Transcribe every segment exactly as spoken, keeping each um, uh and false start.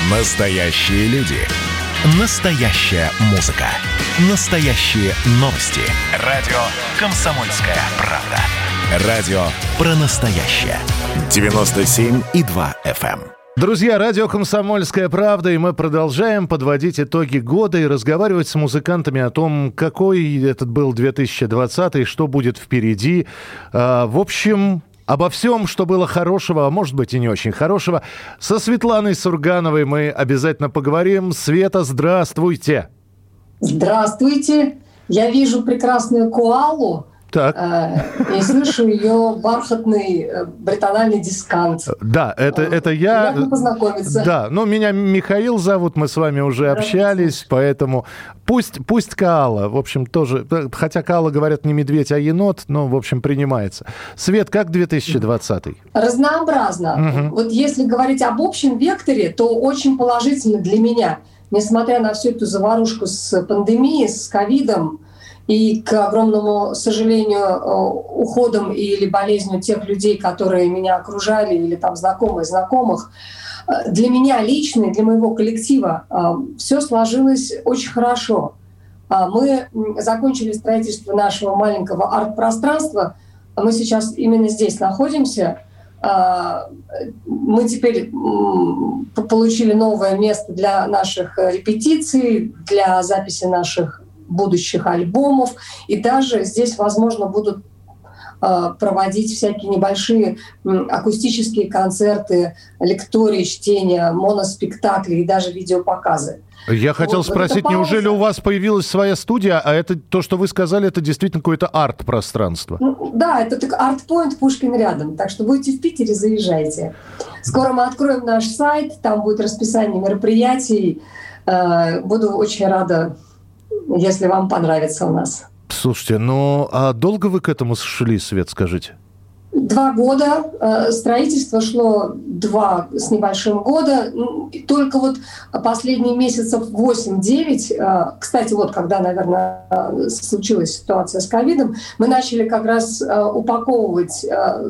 Настоящие люди. Настоящая музыка. Настоящие новости. Радио «Комсомольская правда». Радио про настоящее. девяносто семь и два эф эм. Друзья, радио «Комсомольская правда», и мы продолжаем подводить итоги года и разговаривать с музыкантами о том, какой этот был две тысячи двадцатый, что будет впереди. В общем, обо всем, что было хорошего, а может быть и не очень хорошего, со Светланой Сургановой мы обязательно поговорим. Света, здравствуйте. Здравствуйте. Я вижу прекрасную коалу. Так. И слышу ее бархатный баритональный дискант. Да, это, это я. Приятно познакомиться. Да, ну меня Михаил зовут, мы с вами уже общались, поэтому пусть, пусть Коала, в общем, тоже, хотя Коала, говорят, не медведь, а енот, но, в общем, принимается. Свет, как две тысячи двадцатый? Разнообразно. Угу. Вот если говорить об общем векторе, то очень положительно для меня. Несмотря на всю эту заварушку с пандемией, с ковидом, и, к огромному сожалению, уходом или болезнью тех людей, которые меня окружали, или там знакомые знакомых, для меня лично, для моего коллектива все сложилось очень хорошо. Мы закончили строительство нашего маленького арт-пространства. Мы сейчас именно здесь находимся. Мы теперь получили новое место для наших репетиций, для записи наших будущих альбомов. И даже здесь, возможно, будут э, проводить всякие небольшие э, акустические концерты, лектории, чтения, моноспектакли и даже видеопоказы. Я хотел вот, спросить, вот неужели у вас появилась своя студия, а это то, что вы сказали, это действительно какое-то арт-пространство? Ну, да, это арт-поинт Пушкин рядом. Так что будете в Питере, заезжайте. Скоро мы откроем наш сайт, там будет расписание мероприятий. Э, буду очень рада, если вам понравится у нас. Слушайте, ну а долго вы к этому шли, Свет, скажите? Два года. Строительство шло два с небольшим года. Только вот последние месяцев восемь-девять, кстати, вот когда, наверное, случилась ситуация с ковидом, мы начали как раз упаковывать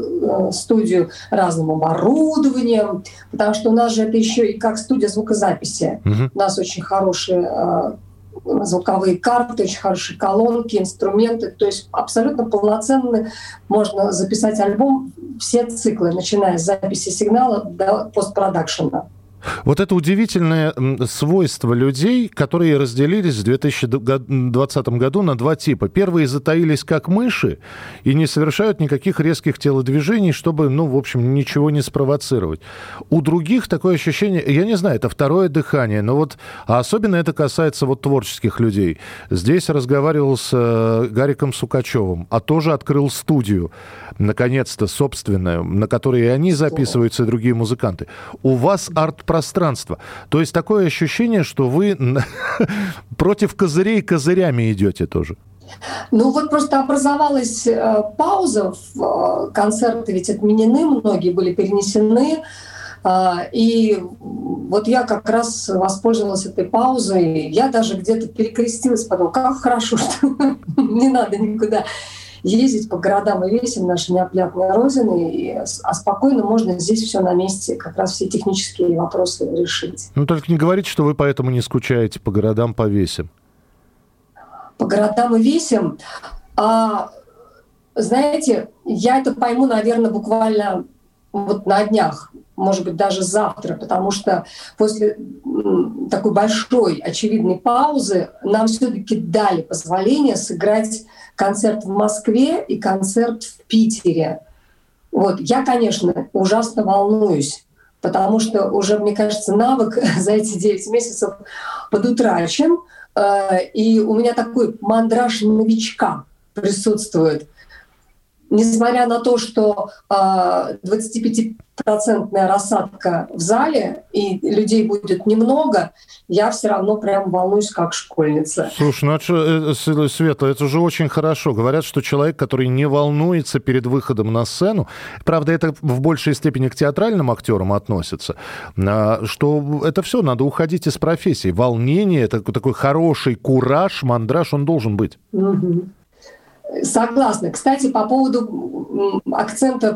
студию разным оборудованием, потому что у нас же это еще и как студия звукозаписи. Угу. У нас очень хорошие звуковые карты, очень хорошие колонки, инструменты. То есть абсолютно полноценно можно записать альбом, все циклы, начиная с записи сигнала до постпродакшена. Вот это удивительное свойство людей, которые разделились в две тысячи двадцатом году на два типа. Первые затаились как мыши и не совершают никаких резких телодвижений, чтобы, ну, в общем, ничего не спровоцировать. У других такое ощущение, я не знаю, это второе дыхание, но вот а особенно это касается вот творческих людей. Здесь разговаривал с Гариком Сукачевым, а тоже открыл студию, наконец-то, собственную, на которой и они записываются, и другие музыканты. У вас арт пространство. То есть такое ощущение, что вы против козырей козырями идете тоже. Ну вот просто образовалась э, пауза, в, э, концерты ведь отменены, многие были перенесены. Э, и вот я как раз воспользовалась этой паузой. Я даже где-то перекрестилась, подумала, как хорошо, что не надо никуда ездить по городам и весям наши необъятные родины, и, а спокойно можно здесь все на месте, как раз все технические вопросы решить. Ну, только не говорите, что вы поэтому не скучаете по городам, по весям. По городам и весям? А, знаете, я это пойму, наверное, буквально вот на днях, может быть, даже завтра, потому что после такой большой, очевидной паузы нам все-таки дали позволение сыграть концерт в Москве и концерт в Питере. Вот. Я, конечно, ужасно волнуюсь, потому что уже, мне кажется, навык за эти девять месяцев подутрачен, и у меня такой мандраж новичка присутствует. Несмотря на то, что э, двадцатипятипроцентная рассадка в зале и людей будет немного, я все равно прям волнуюсь как школьница. Слушай, ну это, Света, это же очень хорошо. Говорят, что человек, который не волнуется перед выходом на сцену, правда, это в большей степени к театральным актерам относится, что это все, надо уходить из профессии. Волнение, это такой хороший кураж, мандраж, он должен быть. Угу. Согласна. Кстати, по поводу акцента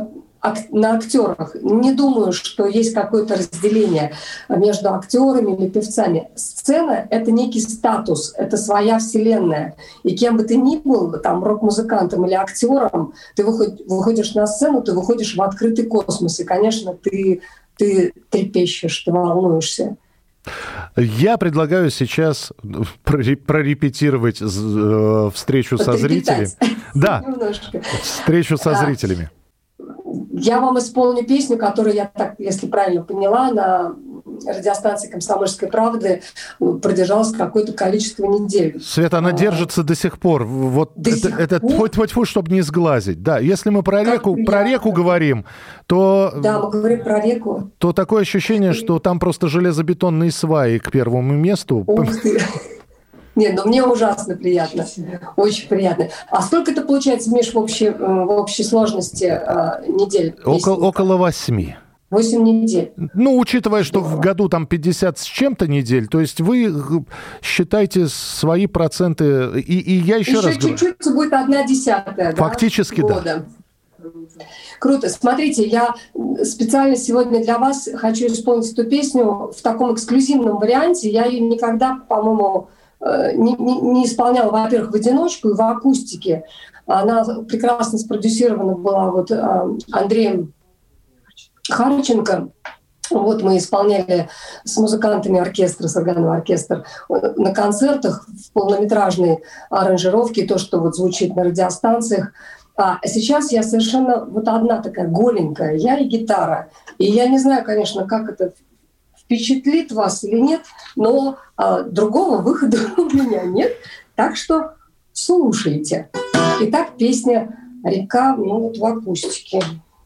на актерах. Не думаю, что есть какое-то разделение между актерами или певцами. Сцена — это некий статус, это своя вселенная. И кем бы ты ни был, там, рок-музыкантом или актером, ты выходишь на сцену, ты выходишь в открытый космос. И, конечно, ты, ты трепещешь, ты волнуешься. Я предлагаю сейчас прорепетировать встречу со зрителями. Да, встречу со зрителями. Я вам исполню песню, которую я, так, если правильно поняла, на радиостанции «Комсомольской правды» продержалась какое-то количество недель. Света, она а, держится до сих пор. Вот до это, это тьфу-тьфу-тьфу, чтобы не сглазить. Да, если мы про реку, про реку говорим, то... Да, мы говорим про реку. То такое ощущение, что там просто железобетонные сваи к первому месту. Ух ты! Нет, ну мне ужасно приятно, очень приятно. А сколько это получается, Миш, в общей, в общей сложности э, недель? Около, около восьми. Восемь недель. Ну, учитывая, что в году там пятьдесят с чем-то недель, то есть вы считаете свои проценты, и, и я еще, еще раз говорю... Еще чуть-чуть будет одна десятая, фактически, да? Года. Да. Круто. Смотрите, я специально сегодня для вас хочу исполнить эту песню в таком эксклюзивном варианте. Я ее никогда, по-моему... Не, не, не исполняла, во-первых, в одиночку и в акустике. Она прекрасно спродюсирована была вот Андреем Харченко. Вот мы исполняли с музыкантами оркестра, с органного оркестра на концертах в полнометражной аранжировке, то, что вот звучит на радиостанциях. А сейчас я совершенно вот одна такая голенькая, я и гитара. И я не знаю, конечно, как это впечатлит вас или нет, но а, другого выхода у меня нет. Так что слушайте. Итак, песня «Река», ну вот в акустике.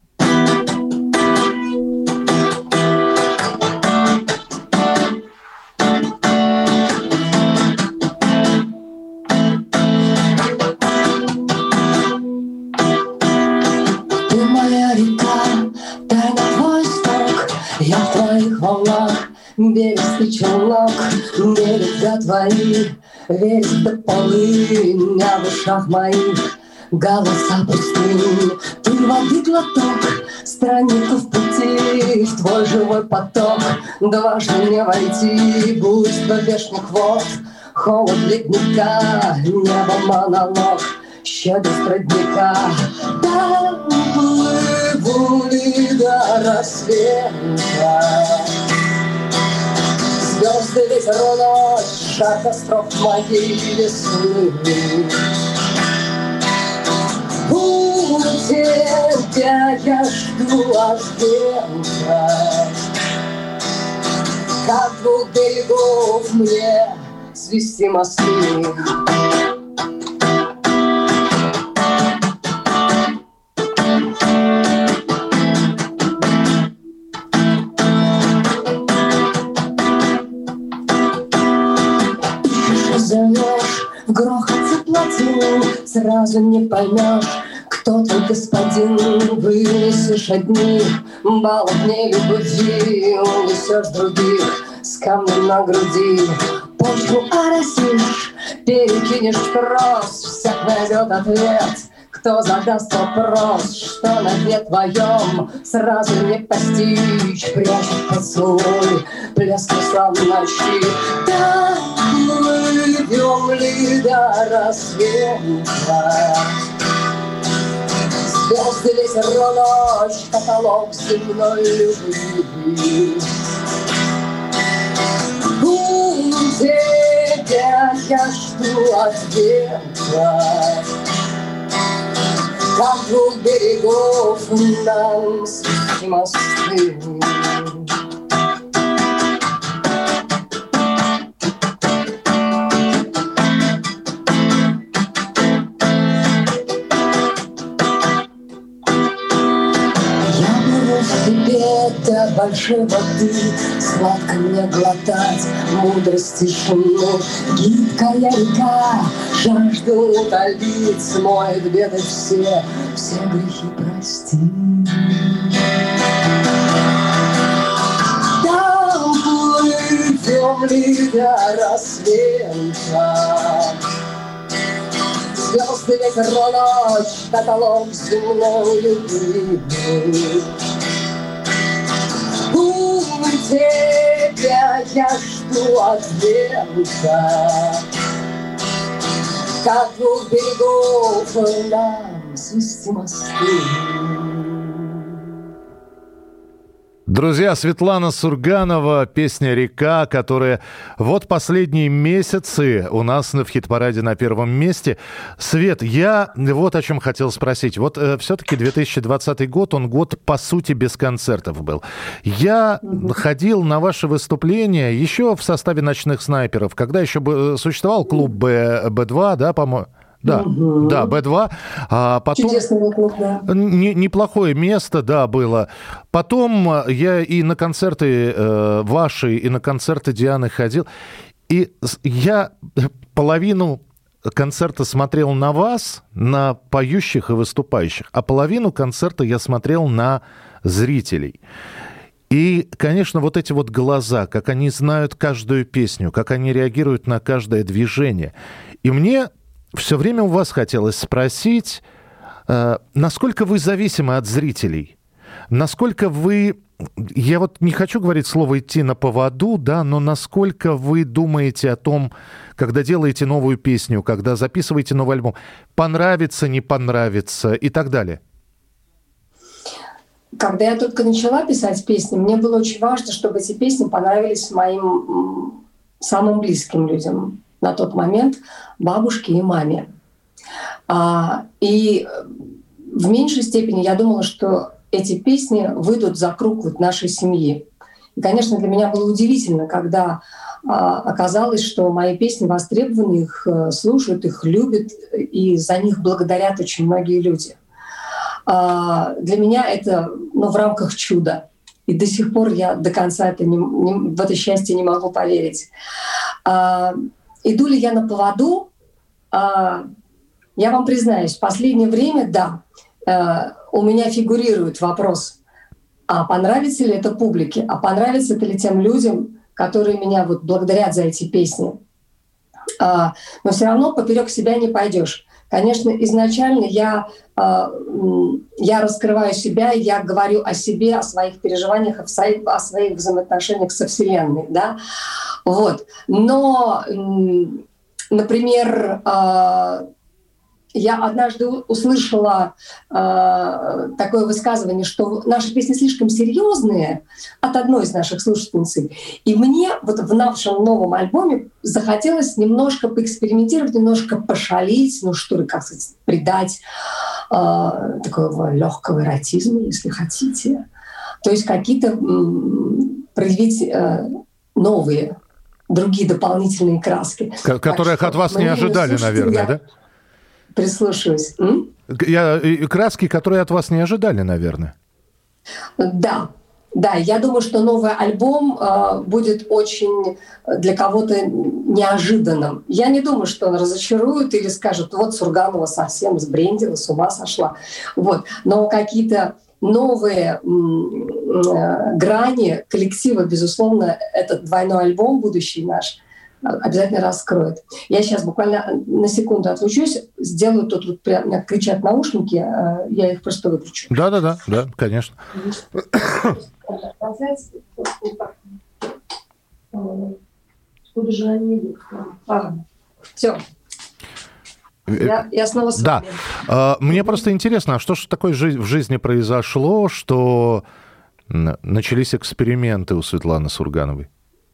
Ты моя река, тайна твой исток, я в твоих волнах. Берег челнок, берега твои, верит до полынь, а в ушах моих голоса пустынь. Ты воды глоток, страннику в пути, в твой живой поток дважды не войти. Буйство вешних вод, холод ледника, небо монолог, щедрость родника. Там плыву ли до рассвета, звезды, ветер, ночь, жар костров моей весны. У тебя я жду ответа, как двух берегов мне свести мосты. В грохоте плотин сразу не поймешь, кто ты, господин. Вынесешь одних баллов не любви, унесешь других с камнем на груди. Почву оросишь, перекинешь кросс, всяк найдет ответ. Кто задаст вопрос, что на дне твоем сразу не постичь, прячет поцелуй плеск славной ночи. Так плывем ли до рассвета, звезды, ветер, ночь, каталог земной любви. У тебя я жду ответа, как двух берегов нам свести мосты. До большой воды сладко мне глотать мудрость тишины. Гибкая река жажду утолить, смоет беды все, все грехи прости. Там плывем ли до рассвета, звезды, ветер, ночь, каталог земной любви. У тебя я жду ответа, как двух берегов нам свести мосты. Друзья, Светлана Сурганова, песня «Река», которая вот последние месяцы у нас в хит-параде на первом месте. Свет, я вот о чем хотел спросить. Вот э, все-таки две тысячи двадцатый год, он год, по сути, без концертов был. Я mm-hmm. ходил на ваши выступления еще в составе «Ночных снайперов», когда еще существовал клуб Б, Б2, да, по-моему? Да, угу. да, Бэ два. А потом... Чудесный клуб, да. Не, неплохое место, да, было. Потом я и на концерты э, ваши, и на концерты Дианы ходил. И я половину концерта смотрел на вас, на поющих и выступающих, а половину концерта я смотрел на зрителей. И, конечно, вот эти вот глаза, как они знают каждую песню, как они реагируют на каждое движение. И мне... все время у вас хотелось спросить, э, насколько вы зависимы от зрителей? Насколько вы, я вот не хочу говорить слово «идти на поводу», да, но насколько вы думаете о том, когда делаете новую песню, когда записываете новый альбом, понравится, не понравится и так далее? Когда я только начала писать песни, мне было очень важно, чтобы эти песни понравились моим самым близким людям на тот момент, бабушке и маме. А, и в меньшей степени я думала, что эти песни выйдут за круг вот нашей семьи. И, конечно, для меня было удивительно, когда а, оказалось, что мои песни востребованы, их слушают, их любят, и за них благодарят очень многие люди. А, для меня это, ну, в рамках чуда. И до сих пор я до конца это не, не, в это счастье не могу поверить. А, Иду ли я на поводу? А, я вам признаюсь, в последнее время, да, а, у меня фигурирует вопрос, а понравится ли это публике, а понравится это ли тем людям, которые меня вот благодарят за эти песни. А, но все равно поперек себя не пойдешь. Конечно, изначально я, а, я раскрываю себя, я говорю о себе, о своих переживаниях, о своих, о своих взаимоотношениях со Вселенной, да. Вот. Но, например, я однажды услышала такое высказывание, что наши песни слишком серьезные от одной из наших слушательниц. И мне вот в нашем новом альбоме захотелось немножко поэкспериментировать, немножко пошалить, ну что ли, как сказать, придать такого легкого эротизма, если хотите. То есть какие-то проявить новые, другие дополнительные краски. Которых от вас не ожидали, наверное, да? Прислушиваюсь. М? Я, краски, которые от вас не ожидали, наверное. Да, да. Я думаю, что новый альбом э, будет очень для кого-то неожиданным. Я не думаю, что он разочарует или скажет, вот Сурганова совсем сбрендила, с ума сошла. Вот. Но какие-то новые м- грани коллектива, безусловно, этот двойной альбом будущий наш обязательно раскроет. Я сейчас буквально на секунду отлучусь, сделаю тут вот прям, меня кричат наушники, я их просто выключу. Да-да-да, да, конечно. Все. Я, я снова с вами. Да. Мне просто интересно, а что же такое в жизни произошло, что начались эксперименты у Светланы Сургановой?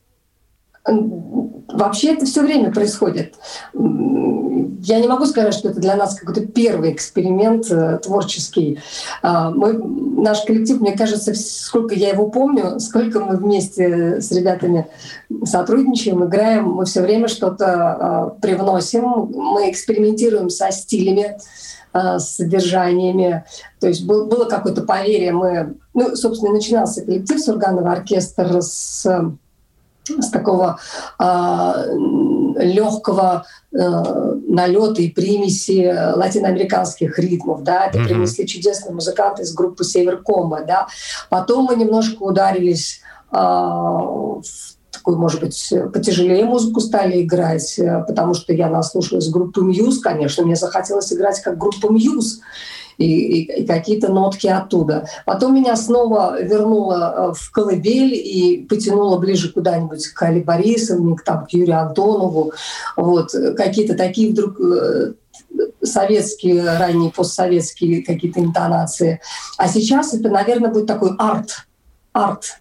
Вообще это все время происходит. Я не могу сказать, что это для нас какой-то первый эксперимент э, творческий. Э, мы, наш коллектив, мне кажется, сколько я его помню, сколько мы вместе с ребятами сотрудничаем, играем, мы все время что-то э, привносим, мы экспериментируем со стилями, э, с содержаниями. То есть был, было какое-то поверье. Мы, ну, собственно, начинался коллектив Сурганова, оркестр с... с такого э, легкого э, налета и примеси латиноамериканских ритмов, да, это mm-hmm. принесли чудесные музыканты из группы Северкома, да. Потом мы немножко ударились э, в такую, может быть, потяжелее музыку стали играть, потому что я наслушалась группы Мьюз, конечно, мне захотелось играть как группа Мьюз. И, и, и какие-то нотки оттуда. Потом меня снова вернуло в колыбель и потянуло ближе куда-нибудь к Алле Борисовне, к, там, к Юрию Антонову. Вот. Какие-то такие вдруг советские, ранние постсоветские какие-то интонации. А сейчас это, наверное, будет такой арт. Арт.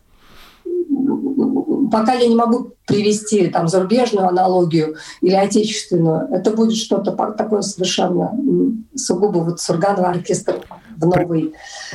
Пока я не могу привести там зарубежную аналогию или отечественную, это будет что-то такое совершенно сугубо вот сургановый оркестр в новой,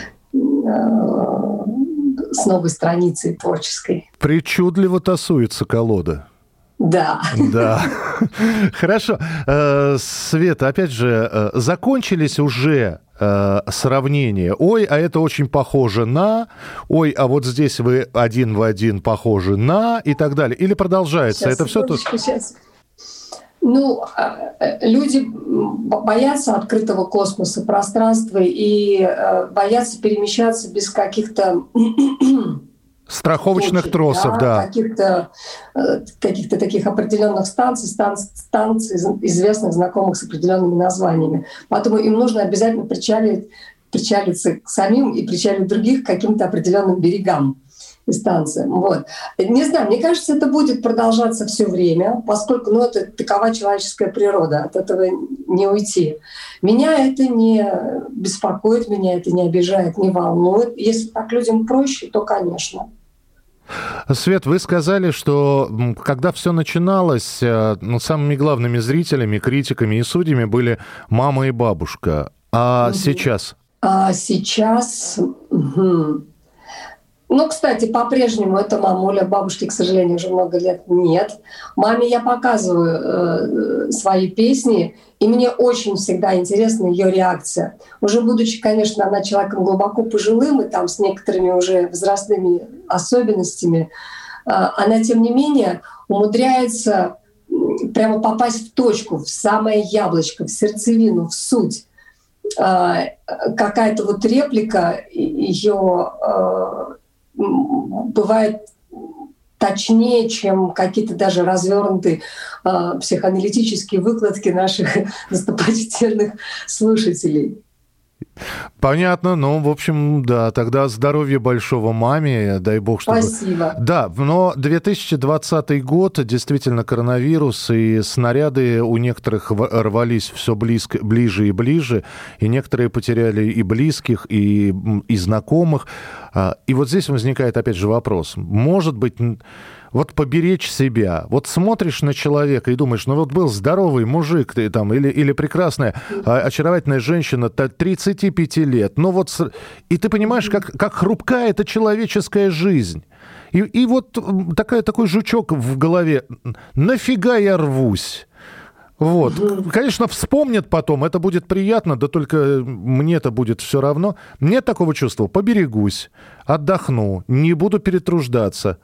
э, с новой страницей творческой. Причудливо тасуется колода. Да. Да. Хорошо. Света, опять же, закончились уже сравнения. Ой, а это очень похоже на... Ой, а вот здесь вы один в один похожи на... И так далее. Или продолжается? Сейчас, это все тут... Сейчас. Ну, люди боятся открытого космоса, пространства и боятся перемещаться без каких-то... страховочных случаев, тросов, да. да. Каких-то, каких-то таких определенных станций, станций, станций, известных, знакомых с определенными названиями. Поэтому им нужно обязательно причалить, причалиться к самим и причалить других к каким-то определенным берегам и станциям. Вот. Не знаю, мне кажется, это будет продолжаться все время, поскольку ну, это такова человеческая природа, от этого не уйти. Меня это не беспокоит, меня это не обижает, не волнует. Если так людям проще, то, конечно. Свет, вы сказали, что когда все начиналось, ну, самыми главными зрителями, критиками и судьями были мама и бабушка. А угу. сейчас? А сейчас... Угу. Ну, кстати, по-прежнему это мамуля, бабушки, к сожалению, уже много лет нет. Маме я показываю э, свои песни, и мне очень всегда интересна ее реакция. Уже будучи, конечно, она человеком глубоко пожилым и там с некоторыми уже возрастными особенностями, э, она, тем не менее, умудряется прямо попасть в точку, в самое яблочко, в сердцевину, в суть. Э, какая-то вот реплика ее... Э, бывает точнее, чем какие-то даже развернутые э, психоаналитические выкладки наших достопочтенных слушателей. Понятно, ну, в общем, да, тогда здоровья большого маме, дай бог, чтобы... Спасибо. Да, но две тысячи двадцатый год, действительно, коронавирус, и снаряды у некоторых рвались все близко, ближе и ближе, и некоторые потеряли и близких, и, и знакомых. И вот здесь возникает, опять же, вопрос. Может быть... Вот поберечь себя. Вот смотришь на человека и думаешь, ну вот был здоровый мужик ты там, или, или прекрасная, очаровательная женщина тридцати пяти лет. Ну вот, и ты понимаешь, как, как хрупка эта человеческая жизнь. И, и вот такая, такой жучок в голове. Нафига я рвусь? Вот. Конечно, вспомнят потом, это будет приятно, да только мне-то будет все равно. Нет такого чувства. Поберегусь, отдохну, не буду перетруждаться.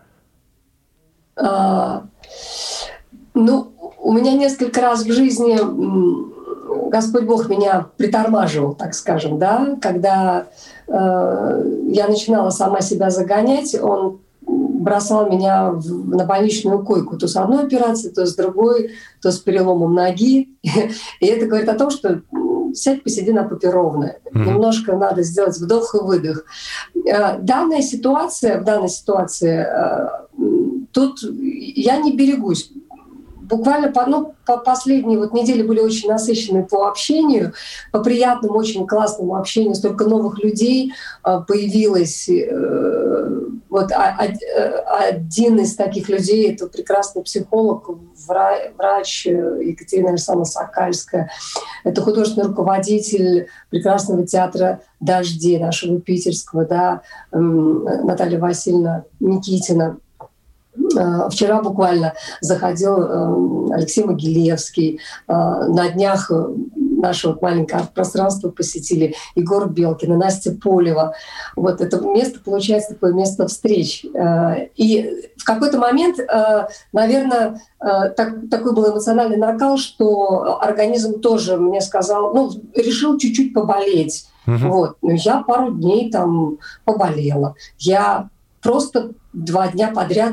А, ну, у меня несколько раз в жизни Господь Бог меня притормаживал, так скажем, да, когда э, я начинала сама себя загонять, Он бросал меня в, на больничную койку, то с одной операцией, то с другой, то с переломом ноги, и это говорит о том, что сядь, посиди на попе ровно. Mm-hmm. Немножко надо сделать вдох и выдох. Данная ситуация, в данной ситуации тут я не берегусь. Буквально по, ну, по последние вот недели были очень насыщенные по общению, по приятному, очень классному общению. Столько новых людей появилось. Вот один из таких людей — это прекрасный психолог, врач Екатерина Александровна Сокальская. Это художественный руководитель прекрасного театра «Дождей» нашего питерского, да, Наталья Васильевна Никитина. Вчера буквально заходил Алексей Могилевский. На днях наше вот маленькое пространство посетили Егор Белкин и Настя Полева. Вот это место, получается, такое место встреч. И в какой-то момент, наверное, так, такой был эмоциональный накал, что организм тоже мне сказал, ну, решил чуть-чуть поболеть. Uh-huh. Вот. Ну, я пару дней там поболела. Я просто два дня подряд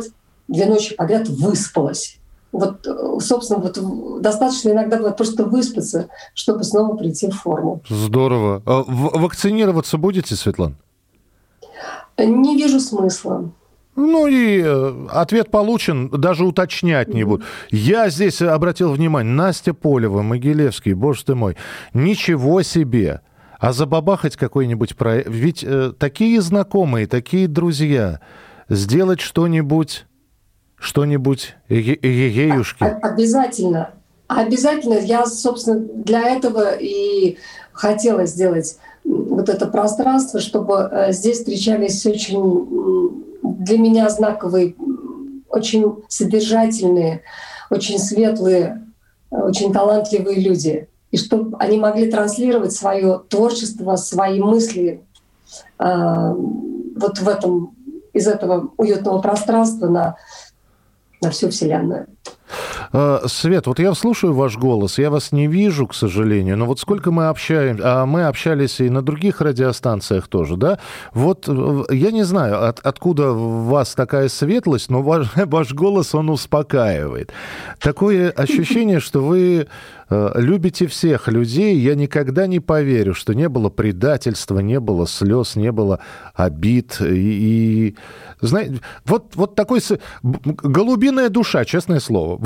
две ночи подряд выспалась. Вот, собственно, вот достаточно иногда бывает просто выспаться, чтобы снова прийти в форму. Здорово. А вакцинироваться будете, Светлана? Не вижу смысла. Ну и ответ получен, даже уточнять не буду. Я здесь обратил внимание, Настя Полева, Могилевский, боже ты мой, ничего себе. А забабахать какой-нибудь проект, ведь э, такие знакомые, такие друзья, сделать что-нибудь, что-нибудь, егеюшки. Обязательно, обязательно. Я, собственно, для этого и хотела сделать вот это пространство, чтобы здесь встречались очень для меня знаковые, очень содержательные, очень светлые, очень талантливые люди. И чтобы они могли транслировать свое творчество, свои мысли э, вот в этом, из этого уютного пространства на, на всю Вселенную. Свет, вот я слушаю ваш голос, я вас не вижу, к сожалению, но вот сколько мы общаемся, а мы общались и на других радиостанциях тоже, да, вот я не знаю, от, откуда у вас такая светлость, но ваш, ваш голос, он успокаивает. Такое ощущение, что вы э, любите всех людей, я никогда не поверю, что не было предательства, не было слез, не было обид, и, и знаете, вот, вот такой голубиная душа, честное слово.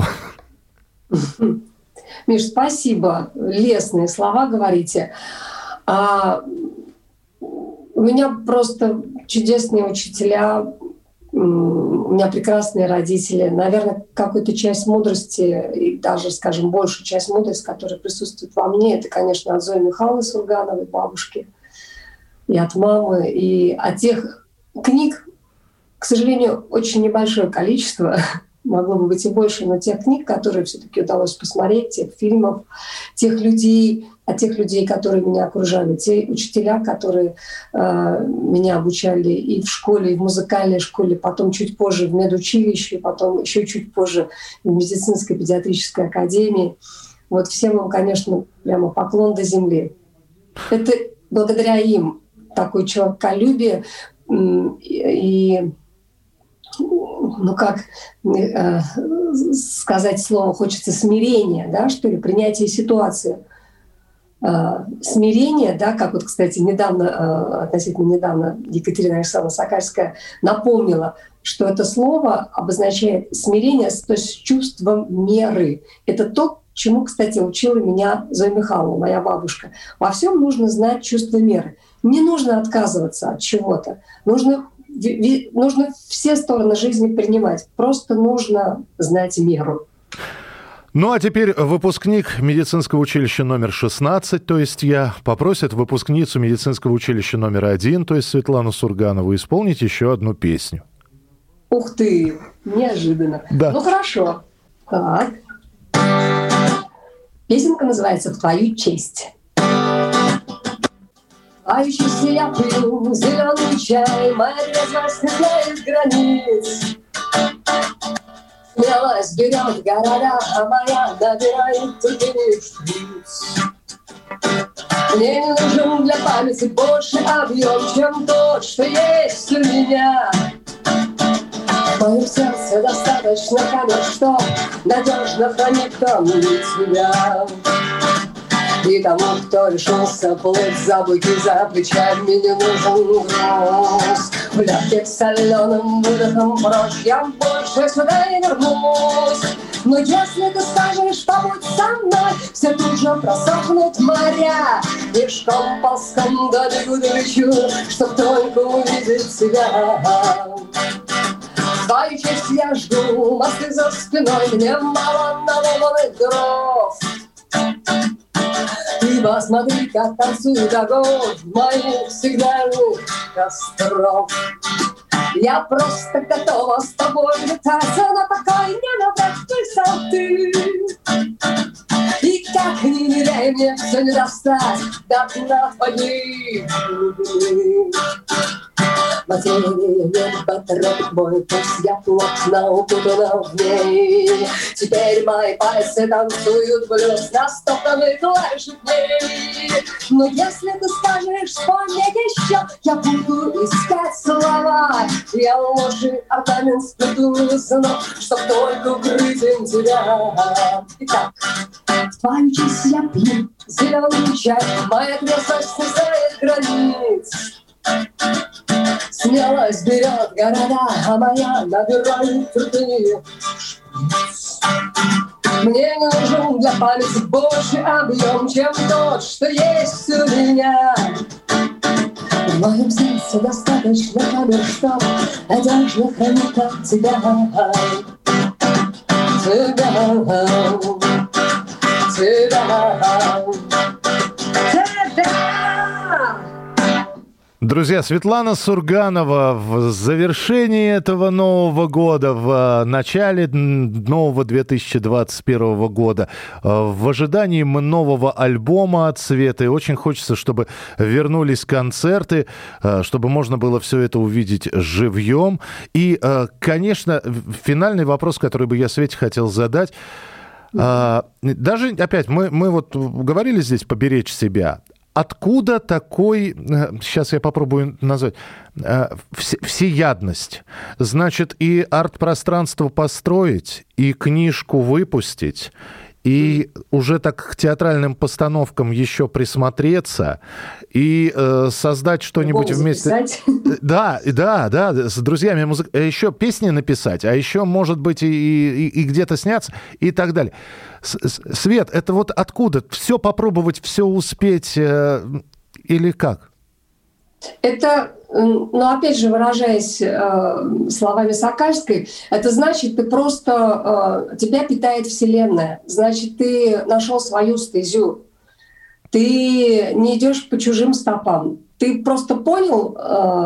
Миш, спасибо. Лестные слова говорите. А, у меня просто чудесные учителя, у меня прекрасные родители. Наверное, какую-то часть мудрости, и даже, скажем, большую часть мудрости, которая присутствует во мне, это, конечно, от Зои Михайловны Сургановой, бабушки, и от мамы, и от тех книг, к сожалению, очень небольшое количество, могло бы быть и больше, но тех книг, которые все-таки удалось посмотреть, тех фильмов, тех людей, от тех людей, которые меня окружали, те учителя, которые э, меня обучали и в школе, и в музыкальной школе, потом чуть позже в медучилище, потом еще чуть позже в медицинской педиатрической академии. Вот всем им, конечно, прямо поклон до земли. Это благодаря им такое человеколюбие и ну как э, сказать слово, хочется смирение, да, что ли, принятие ситуации. Э, смирение, да, как вот, кстати, недавно, э, относительно недавно Екатерина Александровна Сокальская напомнила, что это слово обозначает смирение, то есть с чувством меры. Это то, чему, кстати, учила меня Зоя Михайловна, моя бабушка. Во всем нужно знать чувство меры. Не нужно отказываться от чего-то. Нужно Нужно все стороны жизни принимать. Просто нужно знать меру. Ну а теперь выпускник медицинского училища номер шестнадцать, то есть я, попросит выпускницу медицинского училища номер один, то есть Светлану Сурганову, исполнить еще одну песню. Ух ты, неожиданно. Да. Ну хорошо. Так. Песенка называется «В твою честь». Кающийся я пью зеленый чай, моя трезвость не знает границ. Смелость берет города, а моя набирает других шлиц. Мне не нужен для памяти больше объем, чем тот, что есть у меня. В моем сердце достаточно камер, что надежно хранит тонуть тебя. И тому, кто решился плыть за быки, за плечами не нужен груз. В легких соленым выдохом прочь я больше сюда не вернусь. Но если ты скажешь, побудь со мной, все тут же просохнут моря. Пешком, ползком добегу, долечу, чтоб только увидеть тебя. Твою честь я жду, мосты за спиной, мне мало наломанных дров. Ты посмотри, как танцует огонь моих сигнальных костров. Я просто готова с тобой летать на такой невероятной высоты. И как ни ныряй, мне все не достать до дна твоей груди. материи небо тропик мой, пусть я плотно укутана в ней. Теперь мои пальцы танцуют блюз на стоптанной клавиши дней. Но если ты скажешь вспомнить еще, я буду искать слова. Я ложи орнамент сплету, но чтоб только укрыть им тебя. Итак, в твою честь я пью зеленый чай, моя красость не знает границ. Смелость берет города, а моя набирает труды. Мне нужен для памяти больше объем, чем тот, что есть у меня. В моем сердце достаточно камер, что надежно хранит от тебя. Тебя, тебя, тебя. Друзья, Светлана Сурганова в завершении этого Нового года, в начале нового две тысячи двадцать первого года, в ожидании нового альбома от Светы. Очень хочется, чтобы вернулись концерты, чтобы можно было все это увидеть живьем. И, конечно, финальный вопрос, который бы я Свете хотел задать. Даже, опять, мы, мы вот говорили здесь поберечь себя. Откуда такой, сейчас я попробую назвать, всеядность? Значит, и арт-пространство построить, и книжку выпустить, и уже так к театральным постановкам еще присмотреться, и э, создать что-нибудь вместе. Да, да, да, с друзьями музык... еще песни написать, а еще, может быть, и, и, и где-то сняться, и так далее. Свет, это вот откуда? Все попробовать, все успеть э, или как? Это, ну, опять же, выражаясь э, словами Сокальской, это значит, ты просто, э, тебя питает Вселенная, значит, ты нашел свою стезю, ты не идешь по чужим стопам, ты просто понял,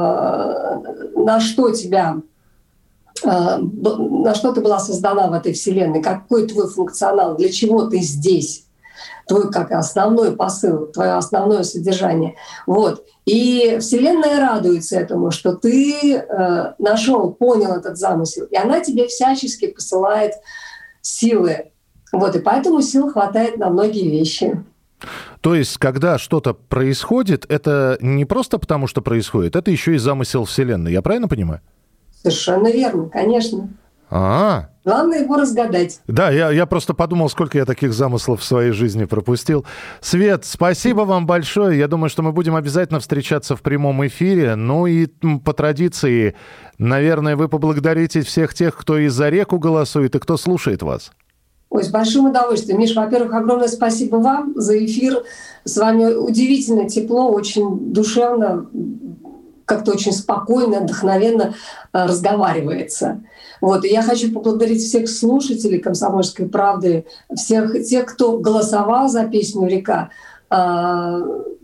э, на что тебя, э, на что ты была создана в этой Вселенной, какой твой функционал, для чего ты здесь. Твой как основной посыл, твое основное содержание. Вот. И Вселенная радуется этому, что ты э, нашел, понял этот замысел. И она тебе всячески посылает силы. Вот. И поэтому сил хватает на многие вещи. То есть, когда что-то происходит, это не просто потому, что происходит, это еще и замысел Вселенной. Я правильно понимаю? Совершенно верно, конечно. А-а-а. Главное его разгадать. Да, я, я просто подумал, сколько я таких замыслов в своей жизни пропустил. Свет, спасибо вам большое. Я думаю, что мы будем обязательно встречаться в прямом эфире. Ну и по традиции, наверное, вы поблагодарите всех тех, кто и за реку голосует, и кто слушает вас. Ой, с большим удовольствием. Миш, во-первых, огромное спасибо вам за эфир. С вами удивительно тепло, очень душевно, как-то очень спокойно, вдохновенно разговаривается. Вот. И я хочу поблагодарить всех слушателей «Комсомольской правды», всех тех, кто голосовал за песню «Река». А,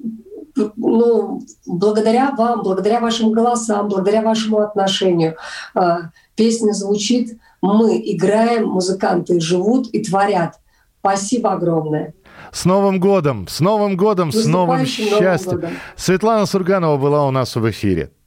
ну, благодаря вам, благодаря вашим голосам, благодаря вашему отношению а, песня звучит, мы играем, музыканты живут и творят. Спасибо огромное. С Новым годом! С Новым годом! С новым счастьем! Светлана Сурганова была у нас в эфире.